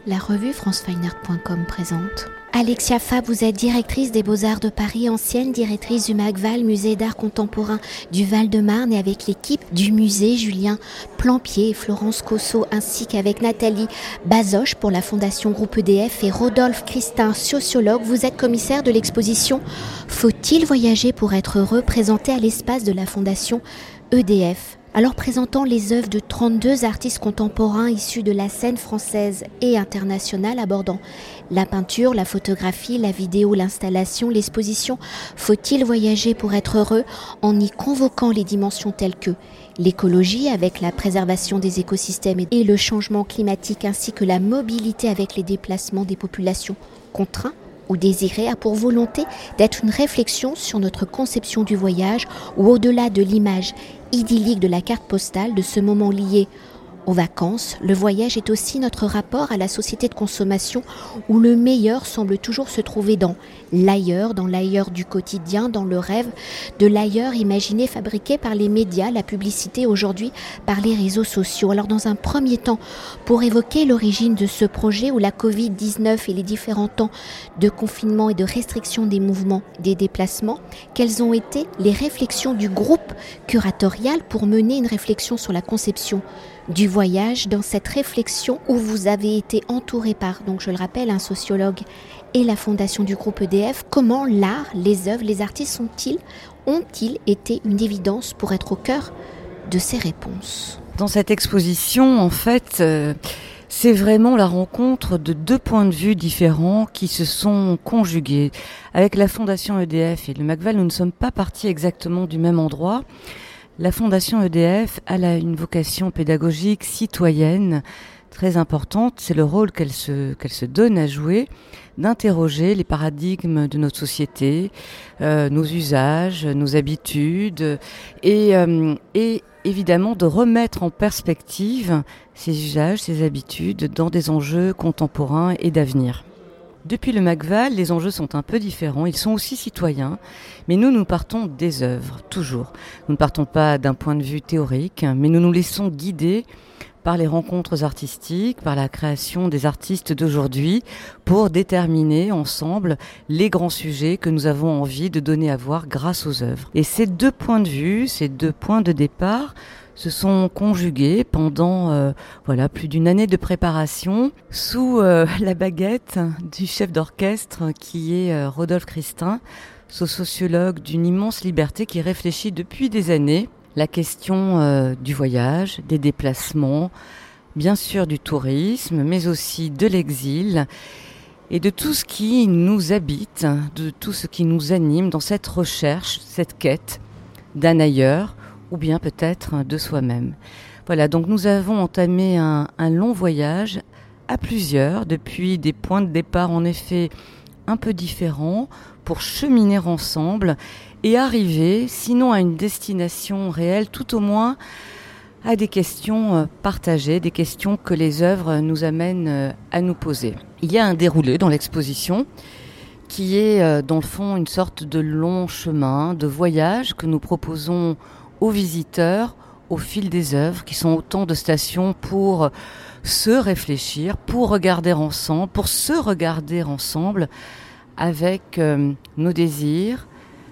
La revue francefineart.com présente. Alexia Fabre, vous êtes directrice des Beaux-Arts de Paris, ancienne directrice du MACVAL, musée d'art contemporain du Val-de-Marne, et avec l'équipe du musée, Julien Plampier et Florence Cosso, ainsi qu'avec Nathalie Bazoche pour la Fondation Groupe EDF et Rodolphe Christin, sociologue, vous êtes commissaire de l'exposition « Faut-il voyager pour être heureux ?» présentée à l'espace de la Fondation EDF. Alors présentant les œuvres de 32 artistes contemporains issus de la scène française et internationale, abordant la peinture, la photographie, la vidéo, l'installation, l'exposition « Faut-il voyager pour être heureux ?» en y convoquant les dimensions telles que l'écologie avec la préservation des écosystèmes et le changement climatique, ainsi que la mobilité avec les déplacements des populations contraintes ou désiré a pour volonté d'être une réflexion sur notre conception du voyage ou au-delà de l'image idyllique de la carte postale de ce moment lié aux vacances. Le voyage est aussi notre rapport à la société de consommation où le meilleur semble toujours se trouver dans l'ailleurs du quotidien, dans le rêve de l'ailleurs imaginé, fabriqué par les médias, la publicité, aujourd'hui par les réseaux sociaux. Alors dans un premier temps, pour évoquer l'origine de ce projet où la Covid-19 et les différents temps de confinement et de restriction des mouvements, des déplacements, quelles ont été les réflexions du groupe curatorial pour mener une réflexion sur la conception du voyage, dans cette réflexion où vous avez été entouré par, donc je le rappelle, un sociologue et la fondation du groupe EDF. Comment l'art, les œuvres, les artistes ont-ils été une évidence pour être au cœur de ces réponses ? Dans cette exposition, en fait, c'est vraiment la rencontre de deux points de vue différents qui se sont conjugués. Avec la fondation EDF et le MACVAL, nous ne sommes pas partis exactement du même endroit. La Fondation EDF, elle a une vocation pédagogique citoyenne très importante. C'est le rôle qu'elle se donne à jouer, d'interroger les paradigmes de notre société, nos usages, nos habitudes, et évidemment de remettre en perspective ces usages, ces habitudes dans des enjeux contemporains et d'avenir. Depuis le MACVAL, les enjeux sont un peu différents, ils sont aussi citoyens, mais nous partons des œuvres, toujours. Nous ne partons pas d'un point de vue théorique, mais nous nous laissons guider par les rencontres artistiques, par la création des artistes d'aujourd'hui, pour déterminer ensemble les grands sujets que nous avons envie de donner à voir grâce aux œuvres. Et ces deux points de vue, ces deux points de départ, se sont conjugués pendant plus d'une année de préparation sous la baguette du chef d'orchestre qui est Rodolphe Christin, ce sociologue d'une immense liberté qui réfléchit depuis des années la question du voyage, des déplacements, bien sûr du tourisme, mais aussi de l'exil et de tout ce qui nous habite, de tout ce qui nous anime dans cette recherche, cette quête d'un ailleurs, ou bien peut-être de soi-même. Voilà, donc nous avons entamé un long voyage à plusieurs, depuis des points de départ en effet un peu différents, pour cheminer ensemble et arriver, sinon à une destination réelle, tout au moins à des questions partagées, des questions que les œuvres nous amènent à nous poser. Il y a un déroulé dans l'exposition qui est dans le fond une sorte de long chemin, de voyage que nous proposons aux visiteurs au fil des œuvres, qui sont autant de stations pour se réfléchir, pour regarder ensemble, pour se regarder ensemble avec nos désirs,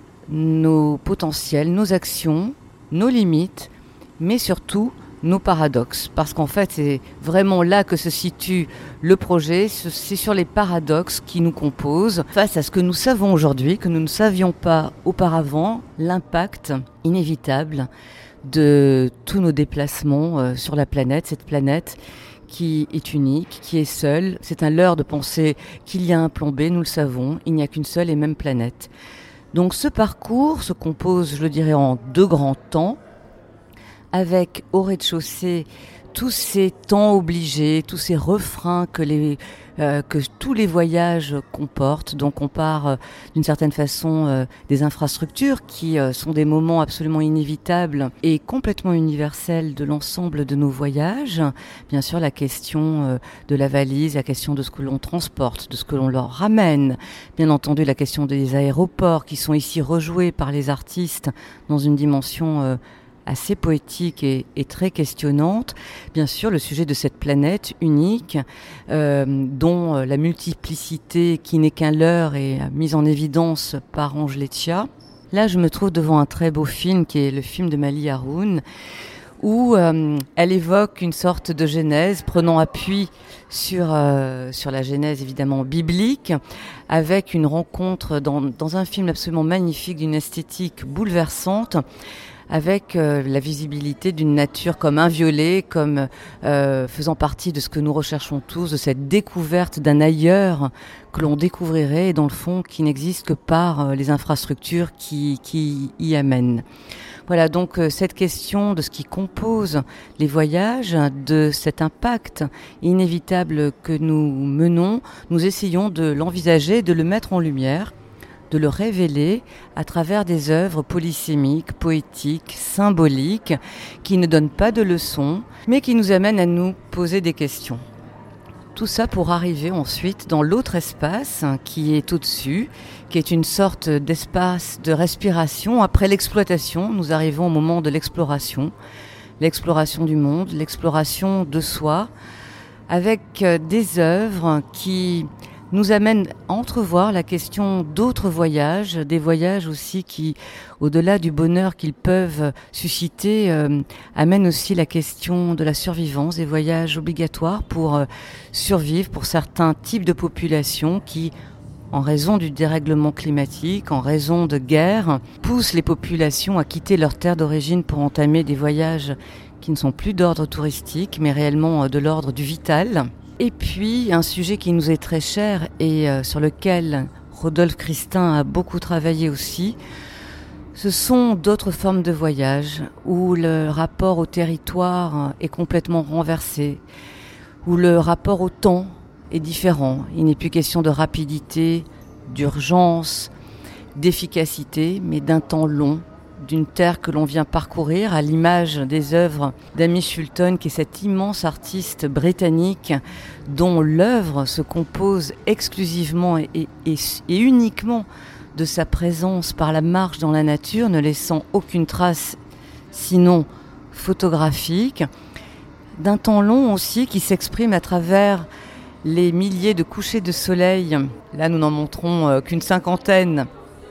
nos potentiels, nos actions, nos limites, mais surtout nos paradoxes. Parce qu'en fait, c'est vraiment là que se situe le projet, c'est sur les paradoxes qui nous composent, face à ce que nous savons aujourd'hui, que nous ne savions pas auparavant, l'impact inévitable de tous nos déplacements sur la planète, cette planète qui est unique, qui est seule. C'est un leurre de penser qu'il y a un plan B, nous le savons, il n'y a qu'une seule et même planète. Donc ce parcours se compose, je le dirais, en deux grands temps, avec au rez-de-chaussée tous ces temps obligés, tous ces refrains que tous les voyages comportent. Donc on part d'une certaine façon des infrastructures qui sont des moments absolument inévitables et complètement universels de l'ensemble de nos voyages. Bien sûr la question de la valise, la question de ce que l'on transporte, de ce que l'on leur ramène. Bien entendu la question des aéroports qui sont ici rejoués par les artistes dans une dimension assez poétique et très questionnante. Bien sûr, le sujet de cette planète unique, dont la multiplicité qui n'est qu'un leurre est mise en évidence par Angela Chia. Là, je me trouve devant un très beau film qui est le film de Mali Haroun, où elle évoque une sorte de genèse, prenant appui sur la genèse évidemment biblique, avec une rencontre dans un film absolument magnifique, d'une esthétique bouleversante, avec la visibilité d'une nature comme inviolée, comme faisant partie de ce que nous recherchons tous, de cette découverte d'un ailleurs que l'on découvrirait et dans le fond qui n'existe que par les infrastructures qui y amènent. Voilà, donc cette question de ce qui compose les voyages, de cet impact inévitable que nous menons, nous essayons de l'envisager, de le mettre en lumière, de le révéler à travers des œuvres polysémiques, poétiques, symboliques, qui ne donnent pas de leçons, mais qui nous amènent à nous poser des questions. Tout ça pour arriver ensuite dans l'autre espace qui est au-dessus, qui est une sorte d'espace de respiration. Après l'exploitation, nous arrivons au moment de l'exploration du monde, l'exploration de soi, avec des œuvres qui nous amènent à entrevoir la question d'autres voyages, des voyages aussi qui, au-delà du bonheur qu'ils peuvent susciter, amènent aussi la question de la survivance, des voyages obligatoires pour survivre pour certains types de populations qui, en raison du dérèglement climatique, en raison de guerres, poussent les populations à quitter leur terre d'origine pour entamer des voyages qui ne sont plus d'ordre touristique, mais réellement de l'ordre du vital. Et puis, un sujet qui nous est très cher et sur lequel Rodolphe Christin a beaucoup travaillé aussi, ce sont d'autres formes de voyage où le rapport au territoire est complètement renversé, où le rapport au temps est différent. Il n'est plus question de rapidité, d'urgence, d'efficacité, mais d'un temps long, d'une terre que l'on vient parcourir, à l'image des œuvres d'Amy Schulton, qui est cet immense artiste britannique dont l'œuvre se compose exclusivement et uniquement de sa présence par la marche dans la nature, ne laissant aucune trace sinon photographique, d'un temps long aussi qui s'exprime à travers les milliers de couchers de soleil. Là, nous n'en montrons qu'une cinquantaine,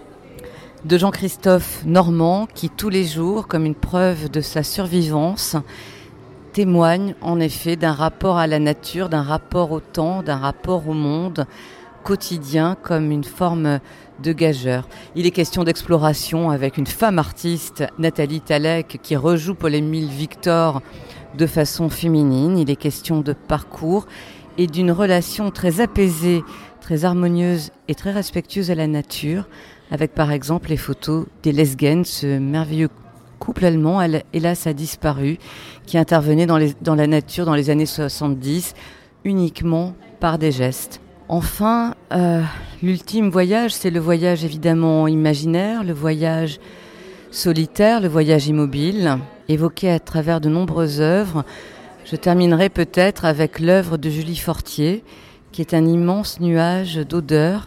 de Jean-Christophe Normand, qui tous les jours, comme une preuve de sa survivance, témoigne en effet d'un rapport à la nature, d'un rapport au temps, d'un rapport au monde quotidien comme une forme de gageur. Il est question d'exploration avec une femme artiste, Nathalie Talek, qui rejoue Paul-Émile Victor de façon féminine. Il est question de parcours et d'une relation très apaisée, très harmonieuse et très respectueuse à la nature, avec par exemple les photos des Lesgen, ce merveilleux couple allemand, hélas a disparu, qui intervenait dans la nature dans les années 70, uniquement par des gestes. Enfin, l'ultime voyage, c'est le voyage évidemment imaginaire, le voyage solitaire, le voyage immobile, évoqué à travers de nombreuses œuvres. Je terminerai peut-être avec l'œuvre de Julie Fortier, qui est un immense nuage d'odeurs,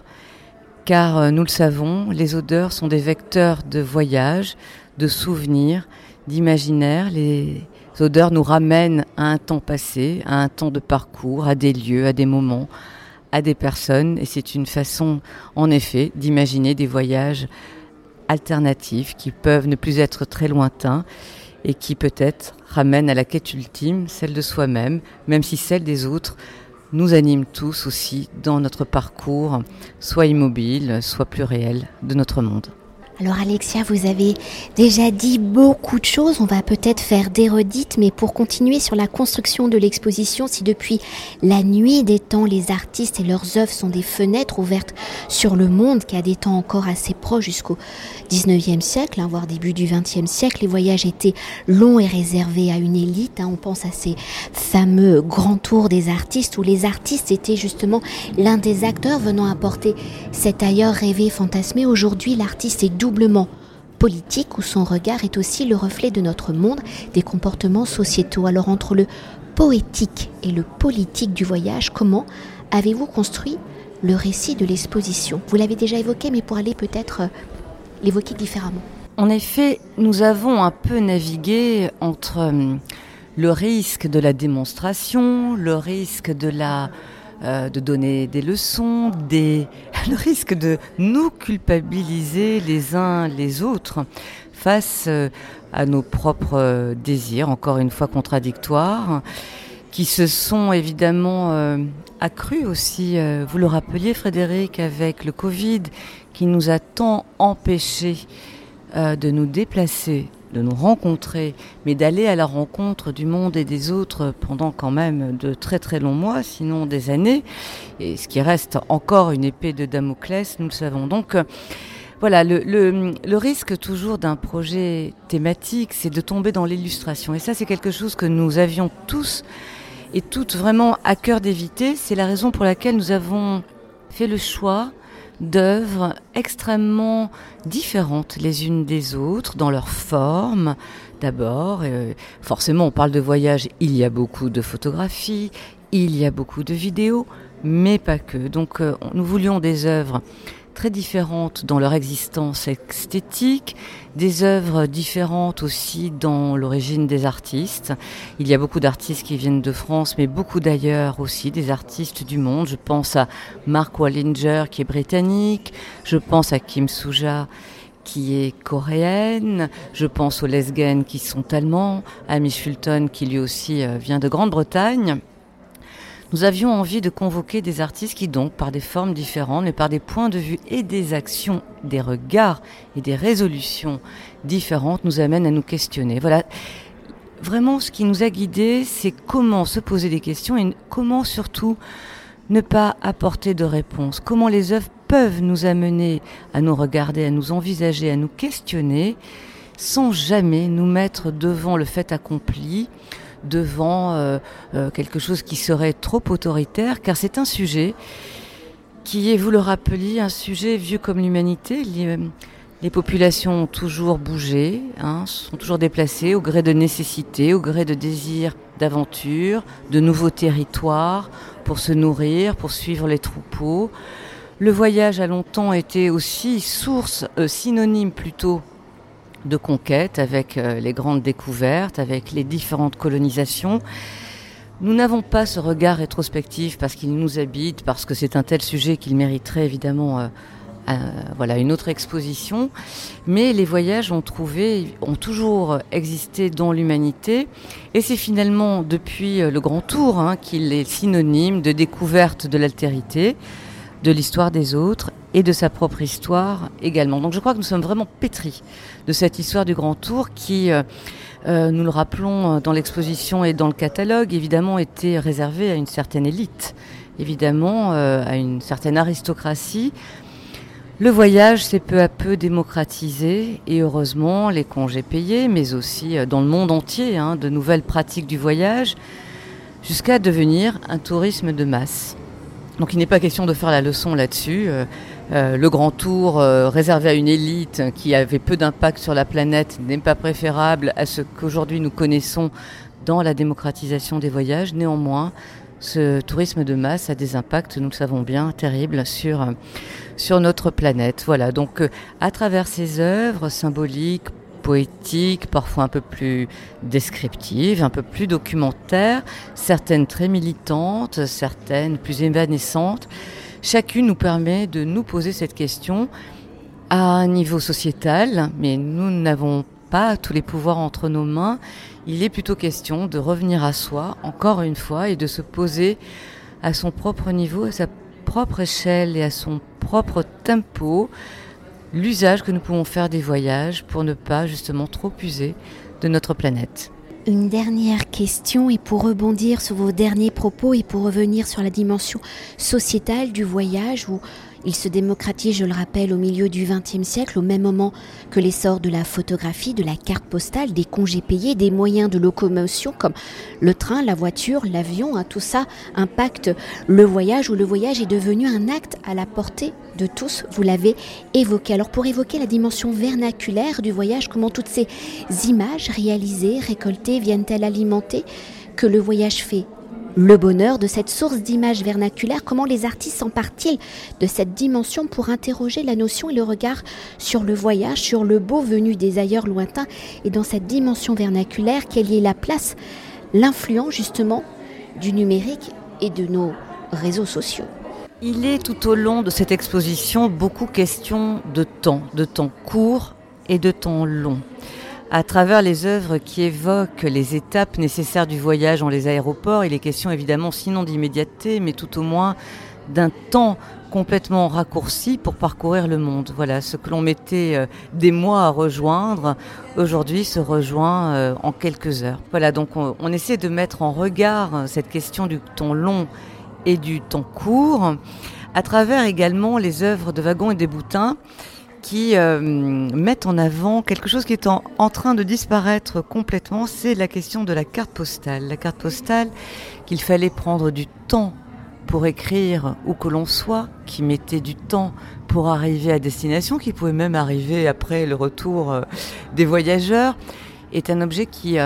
car nous le savons, les odeurs sont des vecteurs de voyage, de souvenirs, d'imaginaire. Les odeurs nous ramènent à un temps passé, à un temps de parcours, à des lieux, à des moments, à des personnes. Et c'est une façon, en effet, d'imaginer des voyages alternatifs qui peuvent ne plus être très lointains et qui peut-être ramènent à la quête ultime, celle de soi-même, même si celle des autres nous anime tous aussi dans notre parcours, soit immobile, soit plus réel de notre monde. Alors Alexia, vous avez déjà dit beaucoup de choses, on va peut-être faire des redites, mais pour continuer sur la construction de l'exposition, si depuis la nuit des temps, les artistes et leurs œuvres sont des fenêtres ouvertes sur le monde, qui a des temps encore assez proches jusqu'au 19e siècle, voire début du 20e siècle, les voyages étaient longs et réservés à une élite, on pense à ces fameux grands tours des artistes, où les artistes étaient justement l'un des acteurs venant apporter cet ailleurs rêvé, fantasmé. Aujourd'hui, l'artiste est doublement politique, où son regard est aussi le reflet de notre monde, des comportements sociétaux. Alors entre le poétique et le politique du voyage, comment avez-vous construit le récit de l'exposition ? Vous l'avez déjà évoqué, mais pour aller peut-être l'évoquer différemment. En effet, nous avons un peu navigué entre le risque de la démonstration, le risque de donner des leçons, le risque de nous culpabiliser les uns les autres face à nos propres désirs, encore une fois contradictoires, qui se sont évidemment accrus aussi. Vous le rappeliez, Frédéric, avec le Covid, qui nous a tant empêchés de nous déplacer, de nous rencontrer, mais d'aller à la rencontre du monde et des autres pendant quand même de très très longs mois, sinon des années, et ce qui reste encore une épée de Damoclès, nous le savons. Donc voilà, le risque toujours d'un projet thématique, c'est de tomber dans l'illustration, et ça c'est quelque chose que nous avions tous et toutes vraiment à cœur d'éviter. C'est la raison pour laquelle nous avons fait le choix d'œuvres extrêmement différentes les unes des autres, dans leur forme d'abord. Forcément, on parle de voyage, il y a beaucoup de photographies, il y a beaucoup de vidéos, mais pas que. Donc nous voulions des œuvres très différentes dans leur existence esthétique, des œuvres différentes aussi dans l'origine des artistes. Il y a beaucoup d'artistes qui viennent de France, mais beaucoup d'ailleurs aussi, des artistes du monde. Je pense à Mark Wallinger qui est britannique, je pense à Kim Suja qui est coréenne, je pense aux Lesgen qui sont allemands, à Amy Fulton qui lui aussi vient de Grande-Bretagne. Nous avions envie de convoquer des artistes qui donc, par des formes différentes, mais par des points de vue et des actions, des regards et des résolutions différentes, nous amènent à nous questionner. Voilà, vraiment ce qui nous a guidés, c'est comment se poser des questions et comment surtout ne pas apporter de réponse. Comment les œuvres peuvent nous amener à nous regarder, à nous envisager, à nous questionner, sans jamais nous mettre devant le fait accompli, devant quelque chose qui serait trop autoritaire, car c'est un sujet qui est, vous le rappeliez, un sujet vieux comme l'humanité. Les populations ont toujours bougé, sont toujours déplacées au gré de nécessité, au gré de désirs d'aventure, de nouveaux territoires, pour se nourrir, pour suivre les troupeaux. Le voyage a longtemps été aussi source, synonyme plutôt, de conquête, avec les grandes découvertes, avec les différentes colonisations. Nous n'avons pas ce regard rétrospectif parce qu'il nous habite, parce que c'est un tel sujet qu'il mériterait évidemment une autre exposition. Mais les voyages ont toujours existé dans l'humanité, et c'est finalement depuis le Grand Tour qu'il est synonyme de découverte de l'altérité, de l'histoire des autres et de sa propre histoire également. Donc je crois que nous sommes vraiment pétris de cette histoire du Grand Tour qui, nous le rappelons dans l'exposition et dans le catalogue, évidemment était réservée à une certaine élite, évidemment à une certaine aristocratie. Le voyage s'est peu à peu démocratisé et heureusement les congés payés, mais aussi dans le monde entier, de nouvelles pratiques du voyage, jusqu'à devenir un tourisme de masse. Donc il n'est pas question de faire la leçon là-dessus. Le Grand Tour réservé à une élite qui avait peu d'impact sur la planète n'est pas préférable à ce qu'aujourd'hui nous connaissons dans la démocratisation des voyages. Néanmoins, ce tourisme de masse a des impacts, nous le savons bien, terribles sur notre planète. Voilà, donc à travers ces œuvres symboliques, poétiques, parfois un peu plus descriptives, un peu plus documentaires, certaines très militantes, certaines plus évanescentes. Chacune nous permet de nous poser cette question à un niveau sociétal, mais nous n'avons pas tous les pouvoirs entre nos mains. Il est plutôt question de revenir à soi, encore une fois, et de se poser à son propre niveau, à sa propre échelle et à son propre tempo, l'usage que nous pouvons faire des voyages pour ne pas justement trop user de notre planète. Une dernière question, et pour rebondir sur vos derniers propos et pour revenir sur la dimension sociétale du voyage où il se démocratise, je le rappelle, au milieu du XXe siècle, au même moment que l'essor de la photographie, de la carte postale, des congés payés, des moyens de locomotion comme le train, la voiture, l'avion, tout ça impacte le voyage, où le voyage est devenu un acte à la portée de tous, vous l'avez évoqué. Alors pour évoquer la dimension vernaculaire du voyage, comment toutes ces images réalisées, récoltées, viennent-elles alimenter que le voyage fait le bonheur de cette source d'images vernaculaires. Comment les artistes s'emparent-ils de cette dimension pour interroger la notion et le regard sur le voyage, sur le beau venu des ailleurs lointains, et dans cette dimension vernaculaire, quelle est la place, l'influence justement du numérique et de nos réseaux sociaux? Il est tout au long de cette exposition beaucoup question de temps court et de temps long. À travers les œuvres qui évoquent les étapes nécessaires du voyage dans les aéroports, il est question évidemment sinon d'immédiateté, mais tout au moins d'un temps complètement raccourci pour parcourir le monde. Voilà, ce que l'on mettait des mois à rejoindre, aujourd'hui se rejoint en quelques heures. Voilà, donc on essaie de mettre en regard cette question du temps long et du temps court, à travers également les œuvres de Wagon et des Boutins, qui mettent en avant quelque chose qui est en train de disparaître complètement, c'est la question de la carte postale. La carte postale qu'il fallait prendre du temps pour écrire où que l'on soit, qui mettait du temps pour arriver à destination, qui pouvait même arriver après le retour des voyageurs, est un objet qui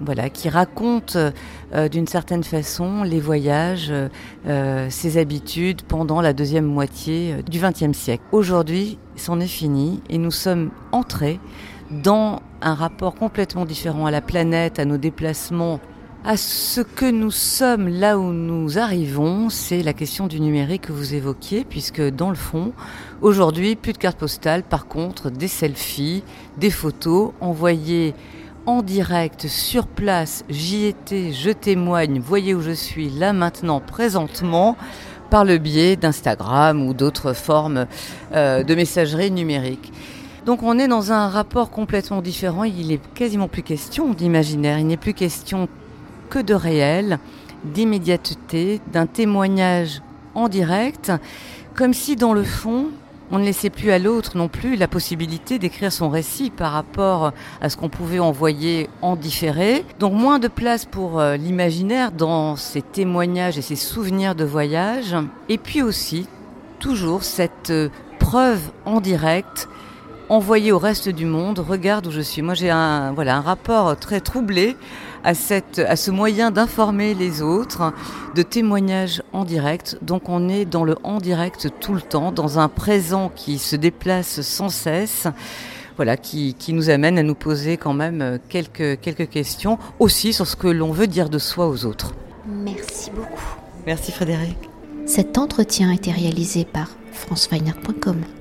raconte d'une certaine façon les voyages, ses habitudes pendant la deuxième moitié du XXe siècle. Aujourd'hui, c'en est fini et nous sommes entrés dans un rapport complètement différent à la planète, à nos déplacements, à ce que nous sommes là où nous arrivons. C'est la question du numérique que vous évoquiez, puisque dans le fond, aujourd'hui, plus de cartes postales, par contre, des selfies, des photos envoyées en direct, sur place, j'y étais, je témoigne, voyez où je suis, là maintenant, présentement, par le biais d'Instagram ou d'autres formes de messagerie numérique. Donc on est dans un rapport complètement différent, il n'est quasiment plus question d'imaginaire, il n'est plus question que de réel, d'immédiateté, d'un témoignage en direct, comme si dans le fond, on ne laissait plus à l'autre non plus la possibilité d'écrire son récit par rapport à ce qu'on pouvait envoyer en différé. Donc moins de place pour l'imaginaire dans ces témoignages et ces souvenirs de voyage. Et puis aussi, toujours cette preuve en direct envoyée au reste du monde. Regarde où je suis. Moi j'ai un rapport très troublé à ce moyen d'informer les autres, de témoignages en direct. Donc on est dans le en direct tout le temps, dans un présent qui se déplace sans cesse, voilà, qui nous amène à nous poser quand même quelques questions, aussi sur ce que l'on veut dire de soi aux autres. Merci beaucoup. Merci Frédéric. Cet entretien a été réalisé par franceweiner.com.